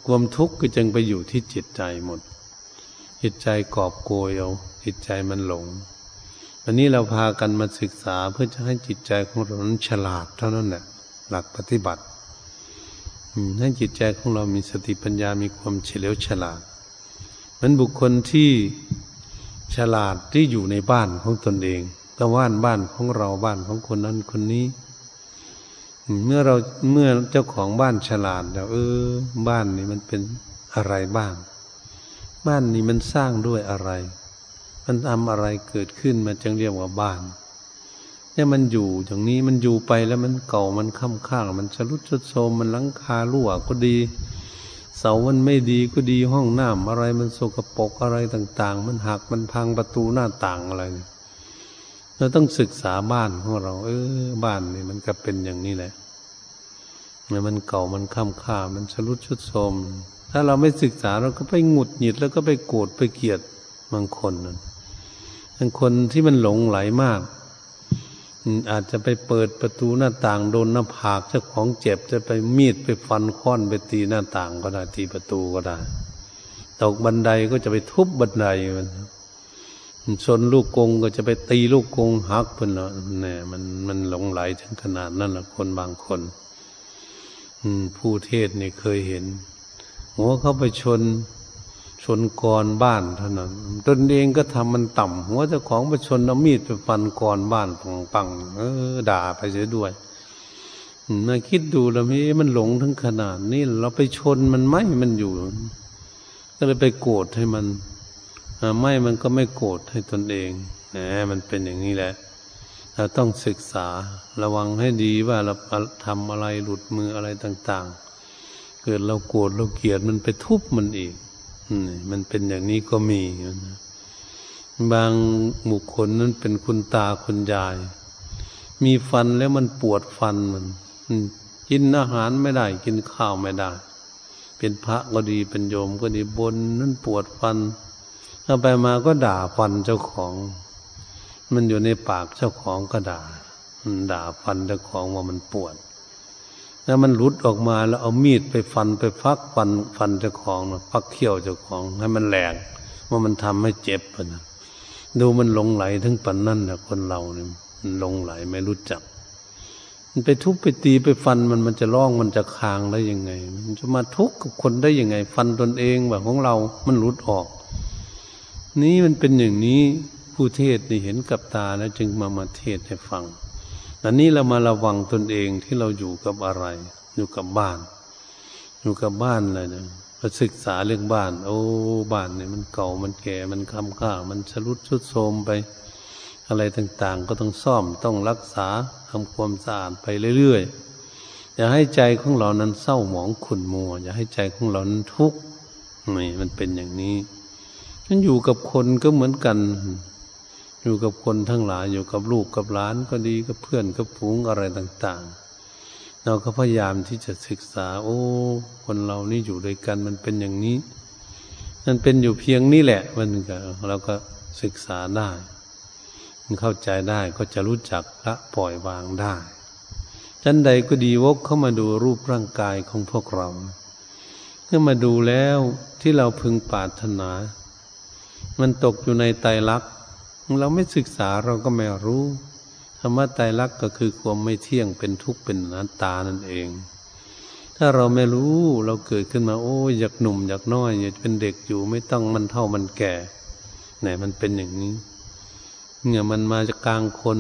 ความทุกข์ก็จึงไปอยู่ที่จิตใจหมดจิตใจกอบโกยเอาจิตใจมันหลงวันนี้เราพากันมาศึกษาเพื่อจะให้จิตใจของเรานั้นฉลาดเท่านั้นแหละหลักปฏิบัติให้จิตใจของเรามีสติปัญญามีความเฉลียวฉลาดเหมือนบุคคลที่ฉลาดที่อยู่ในบ้านของตนเองก็บ้านของเราบ้านของคนนั้นคนนี้เมื่อเจ้าของบ้านฉลาดแล้วบ้านนี้มันเป็นอะไรบ้างบ้านนี้มันสร้างด้วยอะไรมันทำอะไรเกิดขึ้นมันจึงเรียกว่าบ้านเนี่ยมันอยู่อย่างนี้มันอยู่ไปแล้วมันเก่ามันค่ำข้างมันชำรุดทรุดโทรมมันหลังคารั่วก็ดีเสามันไม่ดีก็ดีห้องน้ำอะไรมันสกปรกอะไรต่างๆมันหักมันพังประตูหน้าต่างอะไรเราต้องศึกษาบ้านของเราบ้านนี่มันก็เป็นอย่างนี้แหละมันเก่ามันค่ำค่ามันชำรุดทรุดโทรมถ้าเราไม่ศึกษาเราก็ไปหงุดหงิดแล้วก็ไปโกรธไปเกลียดบางคนที่มันหลงไหลมากอาจจะไปเปิดประตูหน้าต่างโดนหน้าผากเจ้าของเจ็บจะไปมีดไปฟันค้อนไปตีหน้าต่างก็ได้ตีประตูก็ได้ตกบันไดก็จะไปทุบบันไดมันชนลูกกงก็จะไปตีลูกกงหักเพิ่นละเนี่ยมันหลงไหลถึงขนาดนั้นละคนบางคนผู้เทศนี่เคยเห็นหัวเขาไปชนกรบ้านเท่านั้นตนเองก็ทำมันต่ำหัวเจ้าของไปชนเอามีดไปฟันกรบ้านปังด่าไปเสียด้วยมาคิดดูแล้วมันหลงถึงขนาดนี้เราไปชนมันไหมมันอยู่ก็เลยไปโกรธให้มันไม่มันก็ไม่โกรธให้ตนเองมันเป็นอย่างนี้แหละเราต้องศึกษาระวังให้ดีว่าเราทำอะไรหลุดมืออะไรต่างๆเกิดเราโกรธเราเกลียดมันไปทุบมันอีกมันเป็นอย่างนี้ก็มีบางบุคคลนั้นเป็นคุณตาคุณยายมีฟันแล้วมันปวดฟันมันกินอาหารไม่ได้กินข้าวไม่ได้เป็นพระก็ดีเป็นโยมก็ดีบนนั้นปวดฟันเอาไปมาก็ด่าฟันเจ้าของมันอยู่ในปากเจ้าของก็ด่าฟันเจ้าของว่ามันปวดแล้วมันหลุดออกมาแล้วเอามีดไปฟันไปฟันเจ้าของฟักเขี้ยวเจ้าของให้มันแหลกว่ามันทำให้เจ็บนะดูมันหลงไหลถึงปันนั่นนะคนเราเนี่ยมันหลงไหลไม่รู้จักมันไปทุบไปตีไปฟันมันจะร้องมันจะคางได้ยังไงมันจะมาทุกข์กับคนได้ยังไงฟันตนเองแบบของเรามันหลุดออกนี่มันเป็นอย่างนี้ผู้เทศนี่เห็นกับตาแล้วจึงมาเทศให้ฟังอันนี้เรามาระวังตนเองที่เราอยู่กับอะไรอยู่กับบ้านเลยนะมาศึกษาเรื่องบ้านบ้านเนี่ยมันเก่ามันแก่มันค่ำค่ามันชำรุดทรุดโทรมไปอะไรต่างๆก็ต้องซ่อมต้องรักษาทำความสะอาดไปเรื่อยๆอย่าให้ใจของเรานั้นเศร้าหมองขุ่นมัวอย่าให้ใจของเรานั้นทุกข์นี่มันเป็นอย่างนี้ฉันอยู่กับคนก็เหมือนกันอยู่กับคนทั้งหลายอยู่กับลูกกับหลานก็ดีกับเพื่อนกับฝูงอะไรต่างๆเราก็พยายามที่จะศึกษาคนเรานี่อยู่ด้วยกันมันเป็นอย่างนี้มันเป็นอยู่เพียงนี้แหละเราก็ศึกษาได้มันเข้าใจได้ก็จะรู้จักละปล่อยวางได้ฉันใดก็ดีวกเข้ามาดูรูปร่างกายของพวกเราเมื่อมาดูแล้วที่เราพึงปรารถนามันตกอยู่ในไตรลักษณ์เราไม่ศึกษาเราก็ไม่รู้ธรรมะไตรลักษณ์ก็คือความไม่เที่ยงเป็นทุกข์เป็นอนัตตานั่นเองถ้าเราไม่รู้เราเกิดขึ้นมาอยากหนุ่มอยากน้อยอยากเป็นเด็กอยู่ไม่ต้องมันเท่ามันแก่ไหนมันเป็นอย่างนี้เนี่ยมันมาจากกลางคน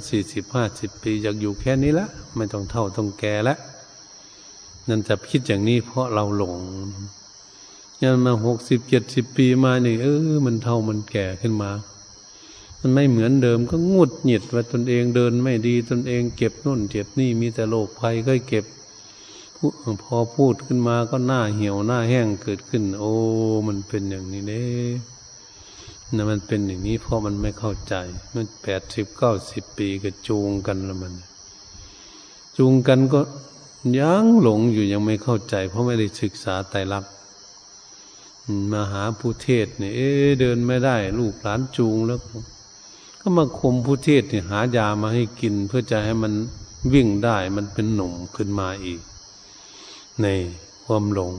40-50 ปีอยากอยู่แค่นี้ละไม่ต้องเท่าต้องแก่ละนั่นจะคิดอย่างนี้เพราะเราหลงยันมา60-70 ปีมานี่มันเท่ามันแก่ขึ้นมามันไม่เหมือนเดิมก็งุดหงิดว่าตนเองเดินไม่ดีตนเองเก็บนู่นเจ็บนี่มีแต่โรคภัยก็เก็บพอพูดขึ้นมาก็หน้าเหี่ยวหน้าแห้งเกิดขึ้นมันเป็นอย่างนี้เด้นะมันเป็นอย่างนี้เพราะมันไม่เข้าใจมัน80-90 ปีก็จูงกันแล้วมันจูงกันก็ยังหลงอยู่ยังไม่เข้าใจเพราะไม่ได้ศึกษาไตรลักษณ์มาหาผู้เทศเนี่ยเดินไม่ได้ลูกหลานจูงแล้วก็มาข่มผู้เทศเนี่ยหายามาให้กินเพื่อจะให้มันวิ่งได้มันเป็นหนุ่มขึ้นมาอีกในความหลง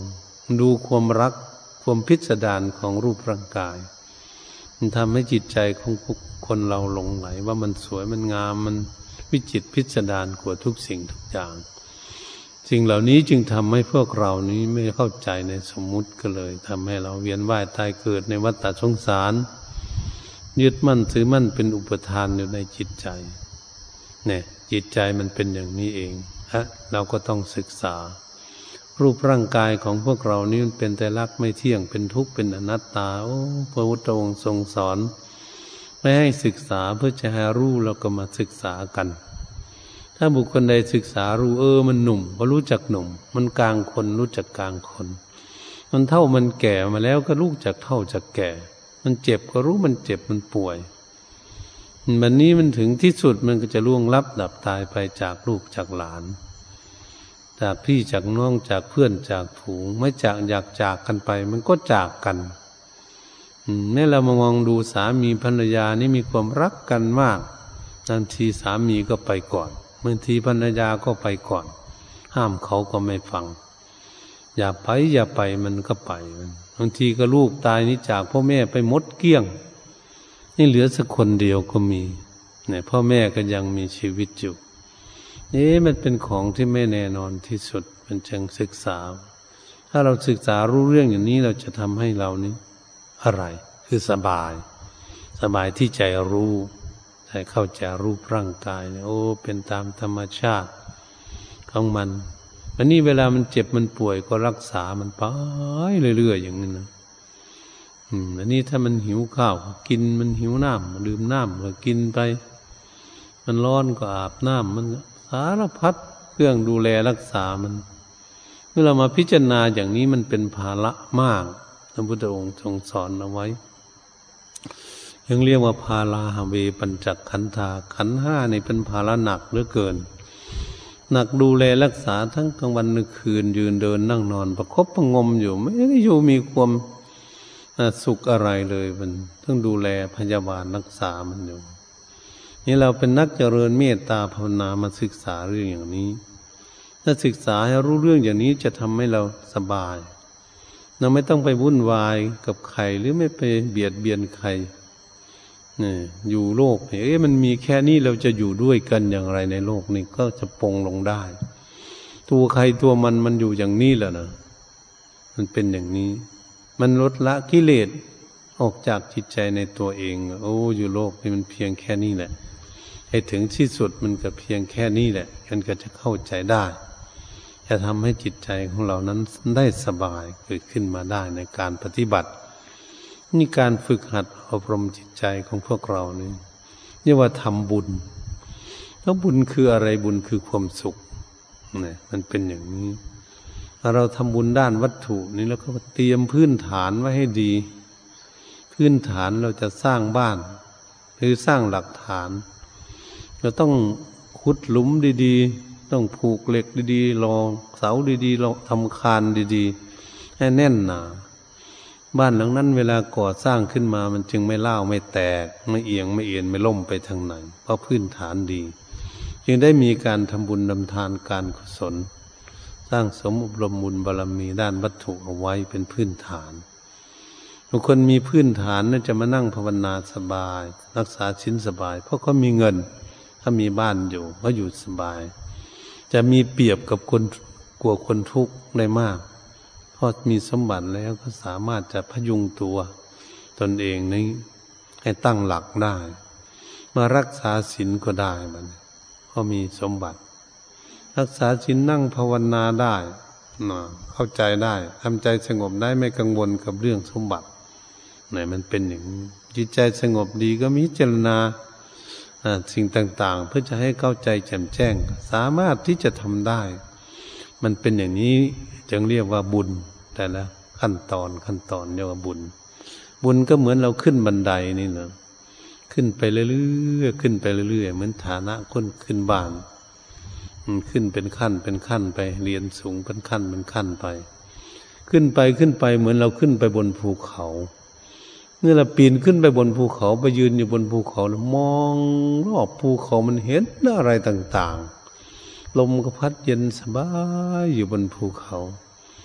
ดูความรักความพิสดารของรูปร่างกายมันทำให้จิตใจของคนเราหลงไหลว่ามันสวยมันงามมันวิจิตรพิสดารกว่าทุกสิ่งทุกอย่างสิ่งเหล่านี้จึงทำให้พวกเรานี้ไม่เข้าใจในสมมุติก็เลยทำให้เราเวียนว่ายตายเกิดในวัฏสงสารยึดมั่นถือมั่นเป็นอุปทานอยู่ในจิตใจเนี่ยจิตใจมันเป็นอย่างนี้เองเราก็ต้องศึกษารูปร่างกายของพวกเรานี่มันเป็นแต่รักไม่เที่ยงเป็นทุกข์เป็นอนัตตาพระพุทธองค์ทรงสอนไม่ให้ศึกษาเพื่อจะให้รู้แล้วก็มาศึกษากันถ้าบุคคลใดศึกษารู้มันหนุ่มก็รู้จักหนุ่มมันกลางคนรู้จักกลางคนมันเฒ่ามันแก่มาแล้วก็รู้จักเฒ่าจักแก่มันเจ็บก็รู้มันเจ็บมันป่วยวันนี้มันถึงที่สุดมันก็จะล่วงลับดับตายไปจากลูกจากหลานจากพี่จากน้องจากเพื่อนจากฝูงไม่อยากจากกันไปมันก็จากกันแม้เรามามองดูสามีภรรยานี่มีความรักกันมากบางทีสามีก็ไปก่อนบางทีภรรยาก็ไปก่อนห้ามเขาก็ไม่ฟังอย่าไปมันก็ไปบางทีก็ลูกตายนี่จากพ่อแม่ไปหมดเกลี้ยงนี่เหลือสักคนเดียวก็มีเนี่ยพ่อแม่ก็ยังมีชีวิตอยู่มันเป็นของที่ไม่แน่นอนที่สุดมันจึงศึกษาถ้าเราศึกษารู้เรื่องอย่างนี้เราจะทำให้เรานี้อะไรคือสบายที่ใจรู้ใจเข้าใจรูปร่างกายเนี่ยเป็นตามธรรมชาติของมันวันนี้เวลามันเจ็บมันป่วยก็รักษามันไปเรื่อยๆอย่างนี้นะอันนี้ถ้ามันหิวข้าวกินมันหิวน้ำดื่มน้ำก็กินไปมันร้อนก็อาบน้ำมันสารพัดเครื่องดูแลรักษามันเมื่อเรามาพิจารณาอย่างนี้มันเป็นภาระมากพระพุทธองค์ทรงสอนเอาไว้ยังเรียกว่าภาราหเวปัญจขันธาขันธ์ห้านี่เป็นภาระหนักเหลือเกินหนักดูแลรักษาทั้งกลางวันกลางคืนยืนเดินนั่งนอนประคบประงมอยู่ไม่ได้อยู่มีความสุขอะไรเลยมันต้องดูแลพยาบาลรักษามันอยู่นี่เราเป็นนักเจริญเมตตาภาวนามาศึกษาเรื่องอย่างนี้ถ้าศึกษาให้รู้เรื่องอย่างนี้จะทำให้เราสบายเราไม่ต้องไปวุ่นวายกับใครหรือไม่ไปเบียดเบียนใครอยู่โลกมันมีแค่นี้เราจะอยู่ด้วยกันอย่างไรในโลกนี้ก็จะปลงลงได้ตัวใครตัวมันอยู่อย่างนี้แหละนะมันเป็นอย่างนี้มันลดละกิเลสออกจากจิตใจในตัวเองอยู่โลกนี้มันเพียงแค่นี้แหละให้ถึงที่สุดมันก็เพียงแค่นี้แหละมันก็จะเข้าใจได้จะทำให้จิตใจของเรานั้นได้สบายเกิดขึ้นมาได้ในการปฏิบัตินี่การฝึกหัดอบรมจิตใจของพวกเรานี่เรียกว่าทำบุญแล้วบุญคืออะไรบุญคือความสุขเนี่ยมันเป็นอย่างนี้เราทำบุญด้านวัตถุนี่แล้วก็เตรียมพื้นฐานไว้ให้ดีพื้นฐานเราจะสร้างบ้านหรือสร้างหลักฐานเราต้องขุดหลุมดีๆต้องผูกเหล็กดีๆรองเสาดีๆเราทำคานดีๆให้แน่นหนาบ้านหลังนั้นเวลาก่อสร้างขึ้นมามันจึงไม่เล่าไม่แตกไม่เอียงไม่เอ็นไม่ล่มไปทางไหนเพราะพื้นฐานดีจึงได้มีการทำบุญทำทานการกุศลสร้างสมอบรมบุญบารมีด้านวัตถุเอาไว้เป็นพื้นฐานบุคคลมีพื้นฐานน่าจะมานั่งภาวนาสบายรักษาศีลสบายเพราะเขามีเงินถ้ามีบ้านอยู่เขาอยู่สบายจะมีเปรียบกับคนกลัวคนทุกข์ได้มากเพราะมีสมบัติแล้วก็สามารถจะพยุงตัวตนเองนี้ให้ตั้งหลักได้มารักษาศีลก็ได้มันเพราะมีสมบัติรักษาศีลนั่งภาวนาได้เข้าใจได้ทำใจสงบได้ไม่กังวลกับเรื่องสมบัติมันเป็นอย่างนี้จิตใจสงบดีก็มีเจรณาสิ่งต่างๆเพื่อจะให้เข้าใจแจ่มแจ้งสามารถที่จะทำได้มันเป็นอย่างนี้จึงเรียกว่าบุญแต่ละขั้นตอนเรียกว่าบุญก็เหมือนเราขึ้นบันไดนี่นะขึ้นไปเรื่อยๆขึ้นไปเรื่อยๆเหมือนฐานะคนขึ้นบ้านขึ้นเป็นขั้นไปเรียนสูงเป็นขั้นไปขึ้นไปเหมือนเราขึ้นไปบนภูเขาเมื่อเราปีนขึ้นไปบนภูเขาไปยืนอยู่บนภูเขาแล้วมองรอบภูเขามันเห็นอะไรต่างๆลมก็พัดเย็นสบายอยู่บนภูเขา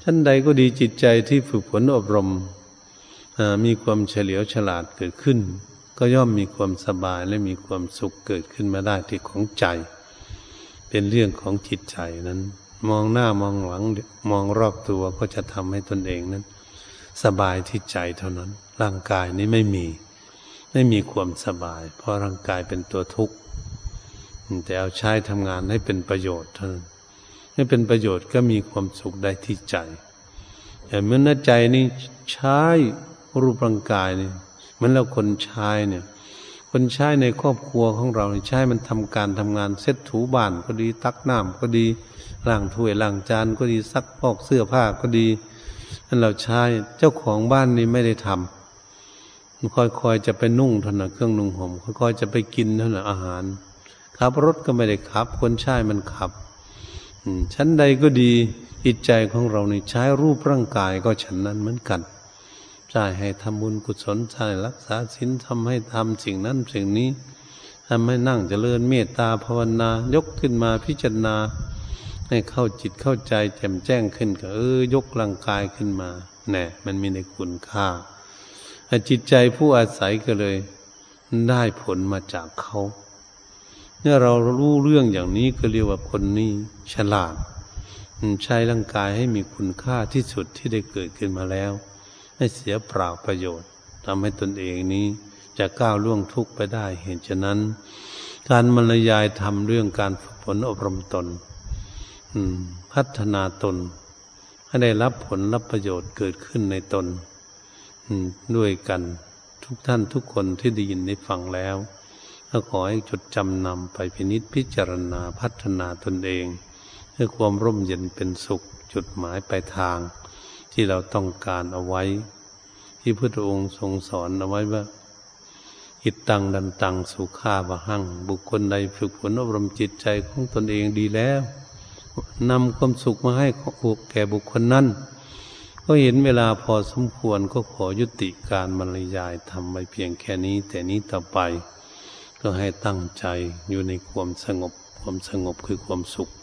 ชั้นใดก็ดีจิตใจที่ฝึกฝนอบรมมีความเฉลียวฉลาดเกิดขึ้นก็ย่อมมีความสบายและมีความสุขเกิดขึ้นมาได้ที่ของใจเป็นเรื่องของจิตใจนั้นมองหน้ามองหลังมองรอบตัวก็จะทำให้ตนเองนั้นสบายที่ใจเท่านั้นร่างกายนี้ไม่มีความสบายเพราะร่างกายเป็นตัวทุกข์แต่เอาใช้ทำงานให้เป็นประโยชน์เท่านั้นให้เป็นประโยชน์ก็มีความสุขได้ที่ใจแต่เมื่อใจนี่ใช้รูปร่างกายนี่เหมือนเราคนใช้เนี่ยคนใช้ในครอบครัวของเราใช้มันทำการทำงานเช็ดถูบ้านก็ดีตักน้ำก็ดีล้างถ้วยล้างจานก็ดีซักฟอกเสื้อผ้าก็ดีนั่นเราใช้เจ้าของบ้านนี่ไม่ได้ทำค่อยๆจะไปนุ่งเท่านั้นเครื่องนุ่งห่มค่อยๆจะไปกินเท่านั้นอาหารขับรถก็ไม่ได้ขับคนใช้มันขับชั้นใดก็ดีจิตใจของเรานี่ใช้รูปร่างกายก็ฉันนั้นเหมือนกันใช้ให้ทำบุญกุศลใช้รักษาศีลทำให้ทำสิ่งนั้นสิ่งนี้ทำให้นั่งเจริญเมตตาภาวนายกขึ้นมาพิจารณาให้เข้าจิตเข้าใจแจ่มแจ้งขึ้นก็ยกร่างกายขึ้นมาแน่มันมีในคุณค่าจิตใจผู้อาศัยก็เลยได้ผลมาจากเขาเมื่อเรารู้เรื่องอย่างนี้ก็เรียกว่าคนนี้ฉลาดใช้ร่างกายให้มีคุณค่าที่สุดที่ได้เกิดขึ้นมาแล้วไม่เสียเปล่าประโยชน์ทำให้ตนเองนี้จะก้าวล่วงทุกข์ไปได้เห็นฉะนั้นการบรรยายทำเรื่องการฝึกฝนอบรมตนพัฒนาตนให้ได้รับผลรับประโยชน์เกิดขึ้นในตนด้วยกันทุกท่านทุกคนที่ได้ยินได้ฟังแล้วก็ขอให้จดจำนำไปพินิจพิจารณาพัฒนาตนเองให้ความร่มเย็นเป็นสุขจุดหมายปลายทางที่เราต้องการเอาไว้ที่พระพุทธองค์ทรงสอนเอาไว้ว่าอิตตังดันตังสุขาวะหังบุคคลใดฝึกฝนอบรมจิตใจของตนเองดีแล้วนำความสุขมาให้แก่บุคคลนั้นก็เห็นเวลาพอสมควรก็ขอยุติการบรรยายทำไว้เพียงแค่นี้แต่นี้ต่อไปก็ให้ตั้งใจอยู่ในความสงบคือความสุข